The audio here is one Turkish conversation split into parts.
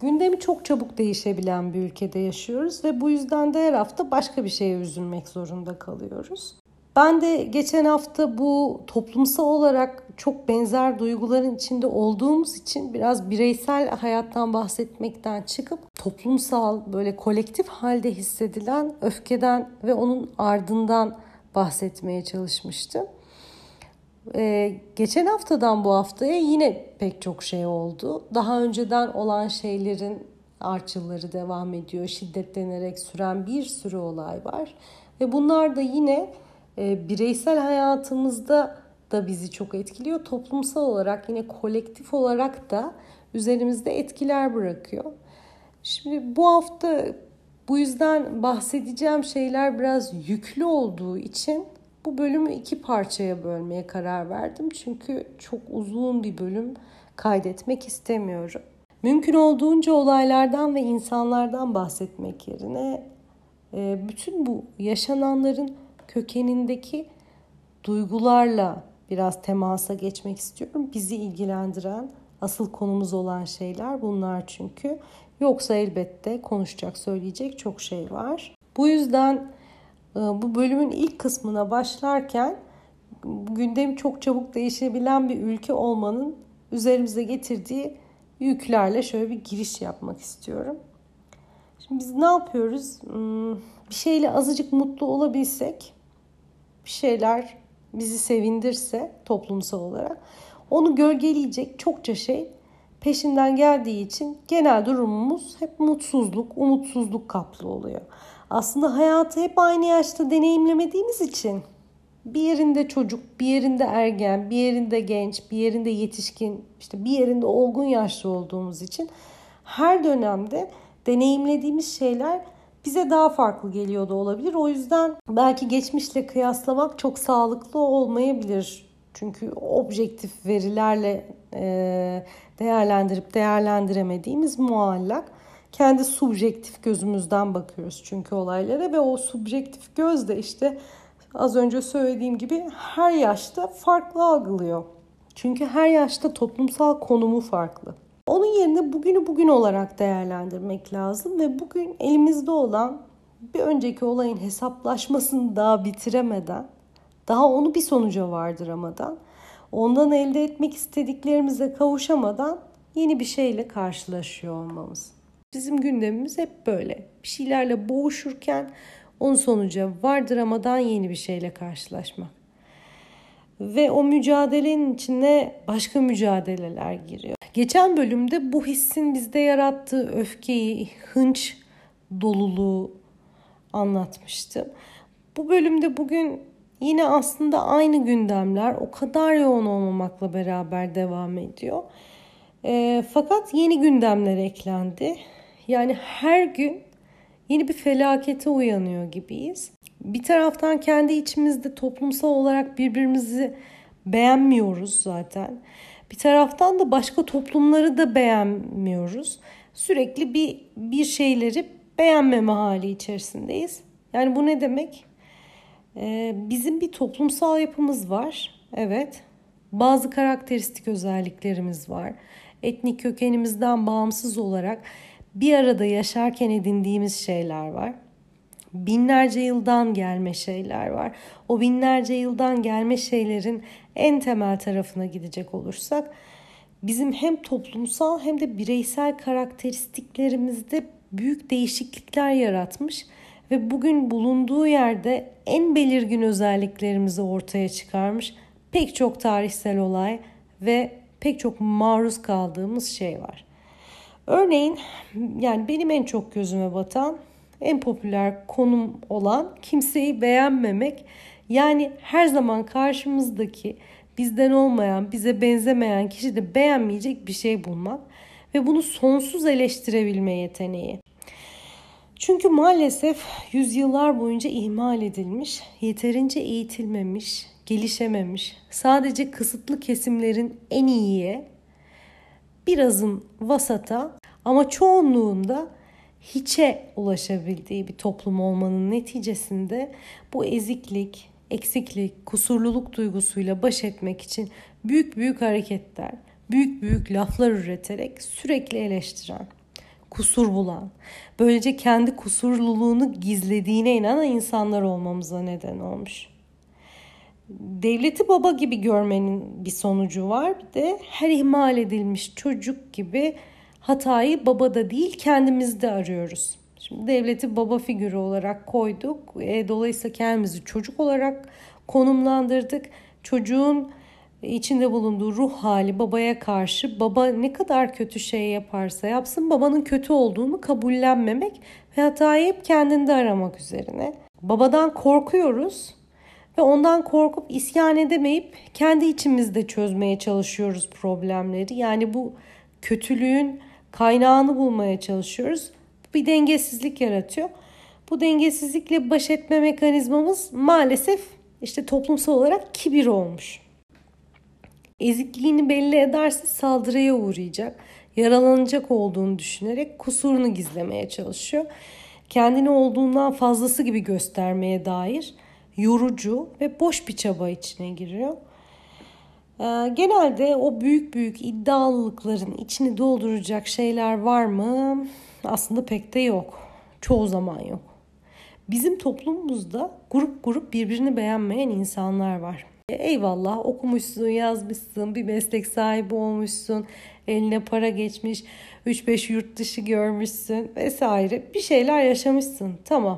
Gündemi çok çabuk değişebilen bir ülkede yaşıyoruz ve bu yüzden de her hafta başka bir şeye üzülmek zorunda kalıyoruz. Ben de geçen hafta bu toplumsal olarak çok benzer duyguların içinde olduğumuz için biraz bireysel hayattan bahsetmekten çıkıp toplumsal, böyle kolektif halde hissedilen öfkeden ve onun ardından bahsetmeye çalışmıştım. Geçen haftadan bu haftaya yine pek çok şey oldu. Daha önceden olan şeylerin artçıları devam ediyor. Şiddetlenerek süren bir sürü olay var. Ve bunlar da yine bireysel hayatımızda da bizi çok etkiliyor. Toplumsal olarak yine kolektif olarak da üzerimizde etkiler bırakıyor. Şimdi bu hafta bu yüzden bahsedeceğim şeyler biraz yüklü olduğu için bu bölümü 2 parçaya bölmeye karar verdim. Çünkü çok uzun bir bölüm kaydetmek istemiyorum. Mümkün olduğunca olaylardan ve insanlardan bahsetmek yerine bütün bu yaşananların kökenindeki duygularla biraz temasa geçmek istiyorum. Bizi ilgilendiren, asıl konumuz olan şeyler bunlar çünkü. Yoksa elbette konuşacak, söyleyecek çok şey var. Bu yüzden bu bölümün ilk kısmına başlarken gündemi çok çabuk değişebilen bir ülke olmanın üzerimize getirdiği yüklerle şöyle bir giriş yapmak istiyorum. Şimdi biz ne yapıyoruz? Bir şeyle azıcık mutlu olabilsek, bir şeyler bizi sevindirse toplumsal olarak onu gölgeleyecek çokça şey peşinden geldiği için genel durumumuz hep mutsuzluk, umutsuzluk kaplı oluyor. Aslında hayatı hep aynı yaşta deneyimlemediğimiz için bir yerinde çocuk, bir yerinde ergen, bir yerinde genç, bir yerinde yetişkin, işte bir yerinde olgun yaşlı olduğumuz için her dönemde deneyimlediğimiz şeyler bize daha farklı geliyor da olabilir. O yüzden belki geçmişle kıyaslamak çok sağlıklı olmayabilir. Çünkü objektif verilerle değerlendirip değerlendiremediğimiz muallak. Kendi subjektif gözümüzden bakıyoruz çünkü olaylara ve o subjektif göz de işte az önce söylediğim gibi her yaşta farklı algılıyor. Çünkü her yaşta toplumsal konumu farklı. Onun yerine bugünü bugün olarak değerlendirmek lazım ve bugün elimizde olan bir önceki olayın hesaplaşmasını daha bitiremeden, daha onu bir sonuca vardıramadan, ondan elde etmek istediklerimize kavuşamadan yeni bir şeyle karşılaşıyor olmamız. Bizim gündemimiz hep böyle. Bir şeylerle boğuşurken onun sonuca vardıramadan yeni bir şeyle karşılaşmak. Ve o mücadelenin içine başka mücadeleler giriyor. Geçen bölümde bu hissin bizde yarattığı öfkeyi, hınç doluluğu anlatmıştım. Bu bölümde bugün yine aslında aynı gündemler o kadar yoğun olmamakla beraber devam ediyor. Fakat yeni gündemler eklendi. Yani her gün yeni bir felakete uyanıyor gibiyiz. Bir taraftan kendi içimizde toplumsal olarak birbirimizi beğenmiyoruz zaten. Bir taraftan da başka toplumları da beğenmiyoruz. Sürekli bir şeyleri beğenmeme hali içerisindeyiz. Yani bu ne demek? Bizim bir toplumsal yapımız var. Evet. Bazı karakteristik özelliklerimiz var. Etnik kökenimizden bağımsız olarak bir arada yaşarken edindiğimiz şeyler var. Binlerce yıldan gelme şeyler var. O binlerce yıldan gelme şeylerin en temel tarafına gidecek olursak bizim hem toplumsal hem de bireysel karakteristiklerimizde büyük değişiklikler yaratmış ve bugün bulunduğu yerde en belirgin özelliklerimizi ortaya çıkarmış pek çok tarihsel olay ve pek çok maruz kaldığımız şey var. Örneğin yani benim en çok gözüme batan, en popüler konum olan kimseyi beğenmemek. Yani her zaman karşımızdaki bizden olmayan, bize benzemeyen kişi de beğenmeyecek bir şey bulmak ve bunu sonsuz eleştirebilme yeteneği. Çünkü maalesef yüzyıllar boyunca ihmal edilmiş, yeterince eğitilmemiş, gelişememiş, sadece kısıtlı kesimlerin en iyiye, birazın vasata ama çoğunluğunda hiçe ulaşabildiği bir toplum olmanın neticesinde bu eziklik, eksiklik, kusurluluk duygusuyla baş etmek için büyük büyük hareketler, büyük büyük laflar üreterek sürekli eleştiren, kusur bulan, böylece kendi kusurluluğunu gizlediğine inanan insanlar olmamıza neden olmuş. Devleti baba gibi görmenin bir sonucu var. Bir de her ihmal edilmiş çocuk gibi hatayı babada değil kendimizde arıyoruz. Şimdi devleti baba figürü olarak koyduk. Dolayısıyla kendimizi çocuk olarak konumlandırdık. Çocuğun içinde bulunduğu ruh hali babaya karşı, baba ne kadar kötü şey yaparsa yapsın babanın kötü olduğunu kabullenmemek ve hatayı hep kendinde aramak üzerine. Babadan korkuyoruz ve ondan korkup isyan edemeyip kendi içimizde çözmeye çalışıyoruz problemleri. Yani bu kötülüğün kaynağını bulmaya çalışıyoruz. Bir dengesizlik yaratıyor. Bu dengesizlikle baş etme mekanizmamız maalesef işte toplumsal olarak kibir olmuş. Ezikliğini belli ederse saldırıya uğrayacak, yaralanacak olduğunu düşünerek kusurunu gizlemeye çalışıyor. Kendini olduğundan fazlası gibi göstermeye dair yorucu ve boş bir çaba içine giriyor. Genelde o büyük büyük iddialılıkların içini dolduracak şeyler var mı? Aslında pek de yok. Çoğu zaman yok. Bizim toplumumuzda grup grup birbirini beğenmeyen insanlar var. Eyvallah, okumuşsun, yazmışsın, bir meslek sahibi olmuşsun, eline para geçmiş, 3-5 yurt dışı görmüşsün vesaire, bir şeyler yaşamışsın, tamam.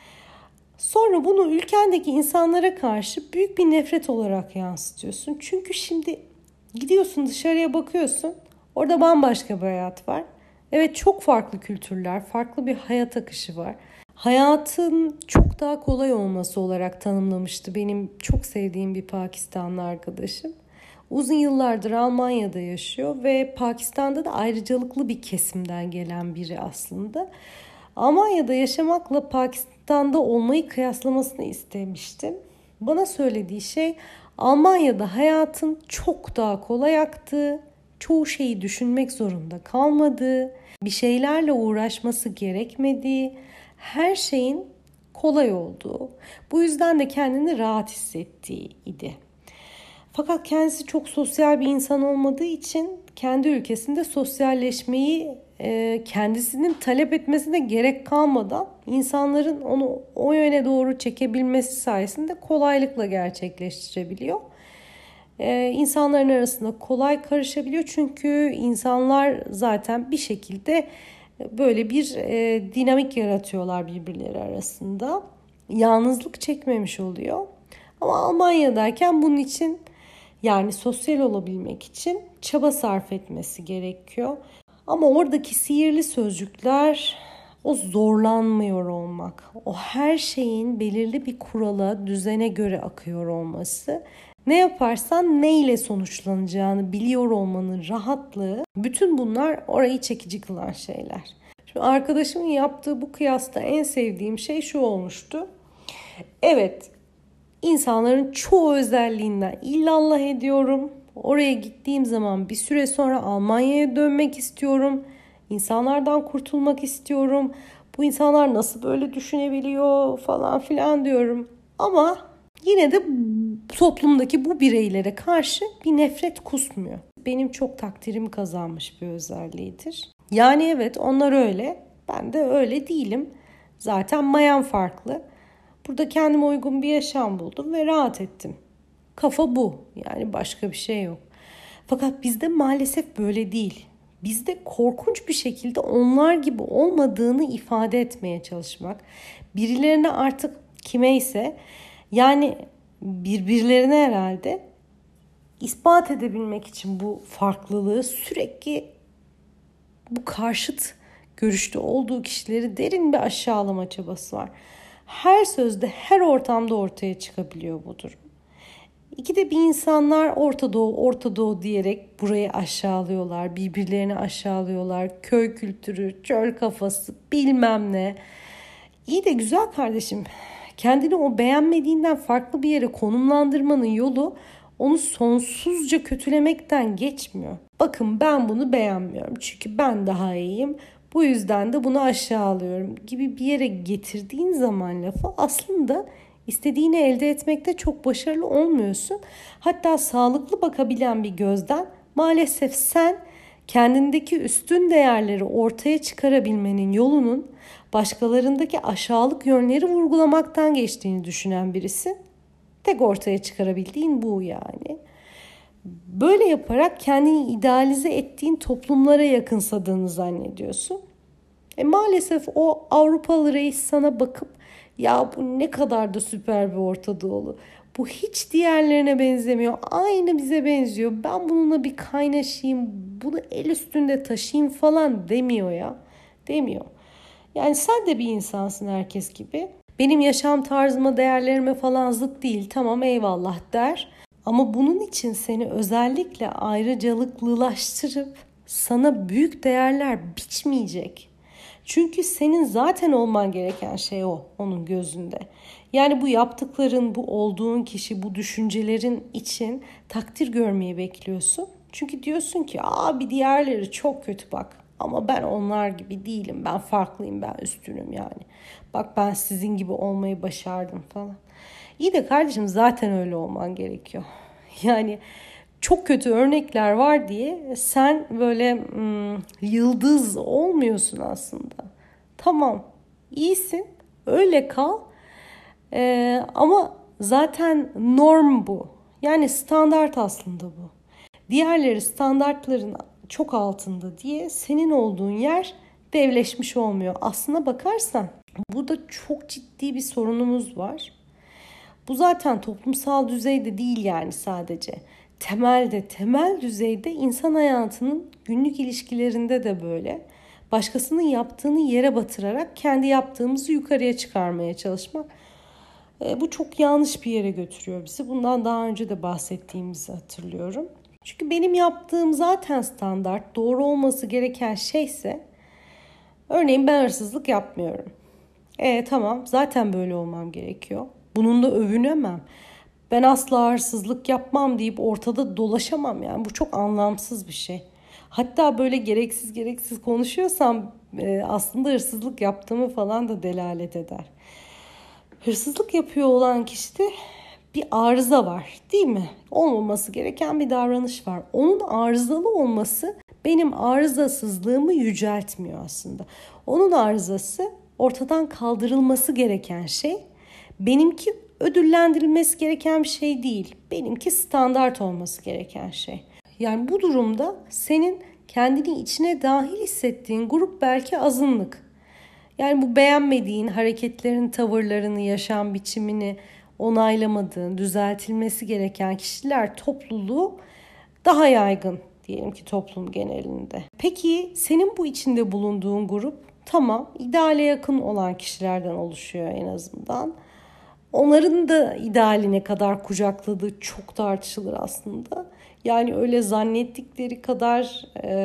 Sonra bunu ülkendeki insanlara karşı büyük bir nefret olarak yansıtıyorsun. Çünkü şimdi gidiyorsun dışarıya bakıyorsun, orada bambaşka bir hayat var. Evet, çok farklı kültürler, farklı bir hayat akışı var. Hayatın çok daha kolay olması olarak tanımlamıştı benim çok sevdiğim bir Pakistanlı arkadaşım. Uzun yıllardır Almanya'da yaşıyor ve Pakistan'da da ayrıcalıklı bir kesimden gelen biri aslında. Almanya'da yaşamakla Pakistan'da olmayı kıyaslamasını istemiştim. Bana söylediği şey Almanya'da hayatın çok daha kolay aktığı, çoğu şeyi düşünmek zorunda kalmadığı, bir şeylerle uğraşması gerekmediği, her şeyin kolay olduğu, bu yüzden de kendini rahat hissettiği idi. Fakat kendisi çok sosyal bir insan olmadığı için kendi ülkesinde sosyalleşmeyi kendisinin talep etmesine gerek kalmadan insanların onu o yöne doğru çekebilmesi sayesinde kolaylıkla gerçekleştirebiliyor. İnsanların arasında kolay karışabiliyor çünkü insanlar zaten bir şekilde böyle bir dinamik yaratıyorlar birbirleri arasında. Yalnızlık çekmemiş oluyor. Ama Almanya'dayken bunun için, yani sosyal olabilmek için çaba sarf etmesi gerekiyor. Ama oradaki sihirli sözcükler o zorlanmıyor olmak, o her şeyin belirli bir kurala, düzene göre akıyor olması, ne yaparsan neyle sonuçlanacağını biliyor olmanın rahatlığı, bütün bunlar orayı çekici kılan şeyler. Şimdi arkadaşımın yaptığı bu kıyasta en sevdiğim şey şu olmuştu. Evet, insanların çoğu özelliğinden illallah ediyorum. Oraya gittiğim zaman bir süre sonra Almanya'ya dönmek istiyorum. İnsanlardan kurtulmak istiyorum. Bu insanlar nasıl böyle düşünebiliyor falan filan diyorum. Ama yine de toplumdaki bu bireylere karşı bir nefret kusmuyor. Benim çok takdirimi kazanmış bir özelliğidir. Yani evet, onlar öyle. Ben de öyle değilim. Zaten mayam farklı. Burada kendime uygun bir yaşam buldum ve rahat ettim. Kafa bu. Yani başka bir şey yok. Fakat bizde maalesef böyle değil. Bizde korkunç bir şekilde onlar gibi olmadığını ifade etmeye çalışmak. Birilerine artık kimeyse, yani birbirlerine herhalde ispat edebilmek için bu farklılığı sürekli bu karşıt görüşte olduğu kişileri derin bir aşağılama çabası var. Her sözde, her ortamda ortaya çıkabiliyor bu durum. İkide bir insanlar Orta Doğu diyerek burayı aşağılıyorlar, birbirlerini aşağılıyorlar. Köy kültürü, çöl kafası, bilmem ne. İyi de güzel kardeşim, kendini o beğenmediğinden farklı bir yere konumlandırmanın yolu onu sonsuzca kötülemekten geçmiyor. Bakın, ben bunu beğenmiyorum çünkü ben daha iyiyim. Bu yüzden de bunu aşağılıyorum gibi bir yere getirdiğin zaman lafı, aslında istediğini elde etmekte çok başarılı olmuyorsun. Hatta sağlıklı bakabilen bir gözden maalesef sen Kendindeki üstün değerleri ortaya çıkarabilmenin yolunun başkalarındaki aşağılık yönleri vurgulamaktan geçtiğini düşünen birisin. Tek ortaya çıkarabildiğin bu yani. Böyle yaparak kendini idealize ettiğin toplumlara yakınsadığını zannediyorsun. Maalesef o Avrupalı reis sana bakıp ya bu ne kadar da süper bir Orta Doğulu. Bu hiç diğerlerine benzemiyor. Aynı bize benziyor. Ben bununla bir kaynaşayım, bunu el üstünde taşıyayım falan demiyor ya. Demiyor. Yani sen de bir insansın herkes gibi. Benim yaşam tarzıma, değerlerime falan zıt değil. Tamam eyvallah der. Ama bunun için seni özellikle ayrıcalıklılaştırıp sana büyük değerler biçmeyecek. Çünkü senin zaten olman gereken şey o onun gözünde. Yani bu yaptıkların, bu olduğun kişi, bu düşüncelerin için takdir görmeyi bekliyorsun. Çünkü diyorsun ki abi diğerleri çok kötü bak. Ama ben onlar gibi değilim. Ben farklıyım, ben üstünüm yani. Bak ben sizin gibi olmayı başardım falan. İyi de kardeşim zaten öyle olman gerekiyor. Yani çok kötü örnekler var diye sen böyle yıldız olmuyorsun aslında. Tamam, iyisin, öyle kal. Ama zaten norm bu. Yani standart aslında bu. Diğerleri standartların çok altında diye senin olduğun yer devleşmiş olmuyor. Aslına bakarsan burada çok ciddi bir sorunumuz var. Bu zaten toplumsal düzeyde değil yani sadece. Temel düzeyde insan hayatının günlük ilişkilerinde de böyle. Başkasının yaptığını yere batırarak kendi yaptığımızı yukarıya çıkarmaya çalışmak. Bu çok yanlış bir yere götürüyor bizi. Bundan daha önce de bahsettiğimizi hatırlıyorum. Çünkü benim yaptığım zaten standart, doğru olması gereken şeyse, örneğin ben hırsızlık yapmıyorum. Tamam, zaten böyle olmam gerekiyor. Bununla övünemem. Ben asla hırsızlık yapmam deyip ortada dolaşamam yani. Bu çok anlamsız bir şey. Hatta böyle gereksiz konuşuyorsam aslında hırsızlık yaptığımı falan da delalet eder. Hırsızlık yapıyor olan kişide bir arıza var, değil mi? Olmaması gereken bir davranış var. Onun arızalı olması benim arızasızlığımı yüceltmiyor aslında. Onun arızası ortadan kaldırılması gereken şey. Benimki ödüllendirilmesi gereken bir şey değil. Benimki standart olması gereken şey. Yani bu durumda senin kendini içine dahil hissettiğin grup belki azınlık. Yani bu beğenmediğin hareketlerin, tavırlarını, yaşam biçimini onaylamadığın, düzeltilmesi gereken kişiler topluluğu daha yaygın diyelim ki toplum genelinde. Peki senin bu içinde bulunduğun grup tamam ideale yakın olan kişilerden oluşuyor en azından. Onların da idealine kadar kucakladığı çok tartışılır aslında. Yani öyle zannettikleri kadar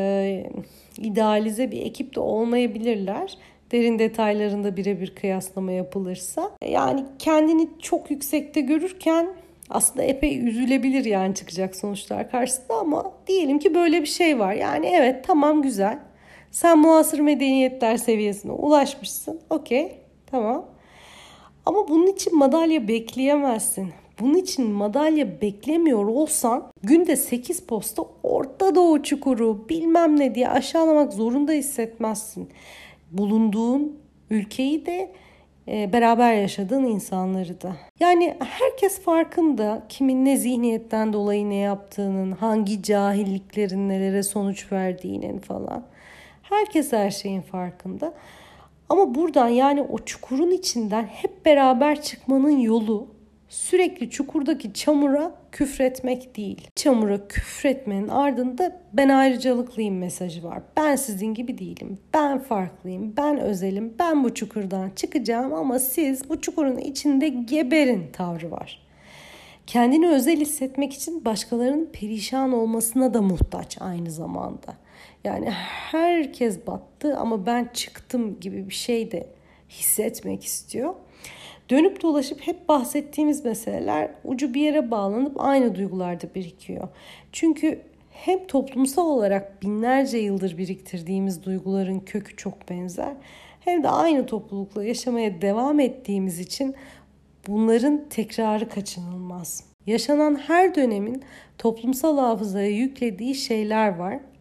idealize bir ekip de olmayabilirler. Derin detaylarında birebir kıyaslama yapılırsa. Yani kendini çok yüksekte görürken aslında epey üzülebilir yani çıkacak sonuçlar karşısında ama diyelim ki böyle bir şey var. Yani evet tamam güzel. Sen muasır medeniyetler seviyesine ulaşmışsın. Okey tamam. Ama bunun için madalya bekleyemezsin. Bunun için madalya beklemiyor olsan günde 8 posta Orta Doğu çukuru bilmem ne diye aşağılamak zorunda hissetmezsin. Bulunduğun ülkeyi de beraber yaşadığın insanları da. Yani herkes farkında kimin ne zihniyetten dolayı ne yaptığının, hangi cahilliklerin nelere sonuç verdiğinin falan. Herkes her şeyin farkında. Ama buradan yani o çukurun içinden hep beraber çıkmanın yolu sürekli çukurdaki çamura küfretmek değil. Çamura küfretmenin ardında ben ayrıcalıklıyım mesajı var. Ben sizin gibi değilim. Ben farklıyım. Ben özelim. Ben bu çukurdan çıkacağım ama siz bu çukurun içinde geberin tavrı var. Kendini özel hissetmek için başkalarının perişan olmasına da muhtaç aynı zamanda. Yani herkes battı ama ben çıktım gibi bir şey de hissetmek istiyor. Dönüp dolaşıp hep bahsettiğimiz meseleler ucu bir yere bağlanıp aynı duygularda birikiyor. Çünkü hem toplumsal olarak binlerce yıldır biriktirdiğimiz duyguların kökü çok benzer. Hem de aynı toplulukla yaşamaya devam ettiğimiz için bunların tekrarı kaçınılmaz. Yaşanan her dönemin toplumsal hafızaya yüklediği şeyler var.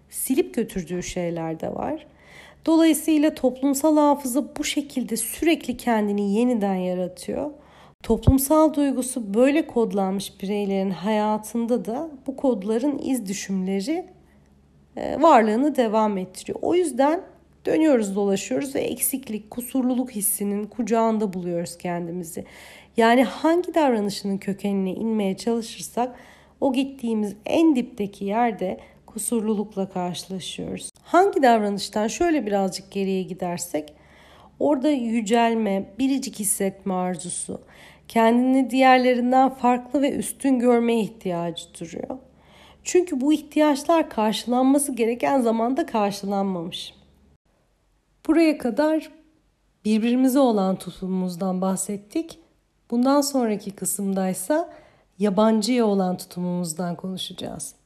silip götürdüğü şeyler de var. Dolayısıyla toplumsal hafıza bu şekilde sürekli kendini yeniden yaratıyor. Toplumsal duygusu böyle kodlanmış bireylerin hayatında da bu kodların iz düşümleri varlığını devam ettiriyor. O yüzden dönüyoruz dolaşıyoruz ve eksiklik, kusurluluk hissinin kucağında buluyoruz kendimizi. Yani hangi davranışının kökenine inmeye çalışırsak o gittiğimiz en dipteki yerde kusurlulukla karşılaşıyoruz. Hangi davranıştan şöyle birazcık geriye gidersek orada yücelme, biricik hissetme arzusu, kendini diğerlerinden farklı ve üstün görmeye ihtiyacı duruyor. Çünkü bu ihtiyaçlar karşılanması gereken zamanda karşılanmamış. Buraya kadar birbirimize olan tutumumuzdan bahsettik. Bundan sonraki kısımdaysa yabancıya olan tutumumuzdan konuşacağız.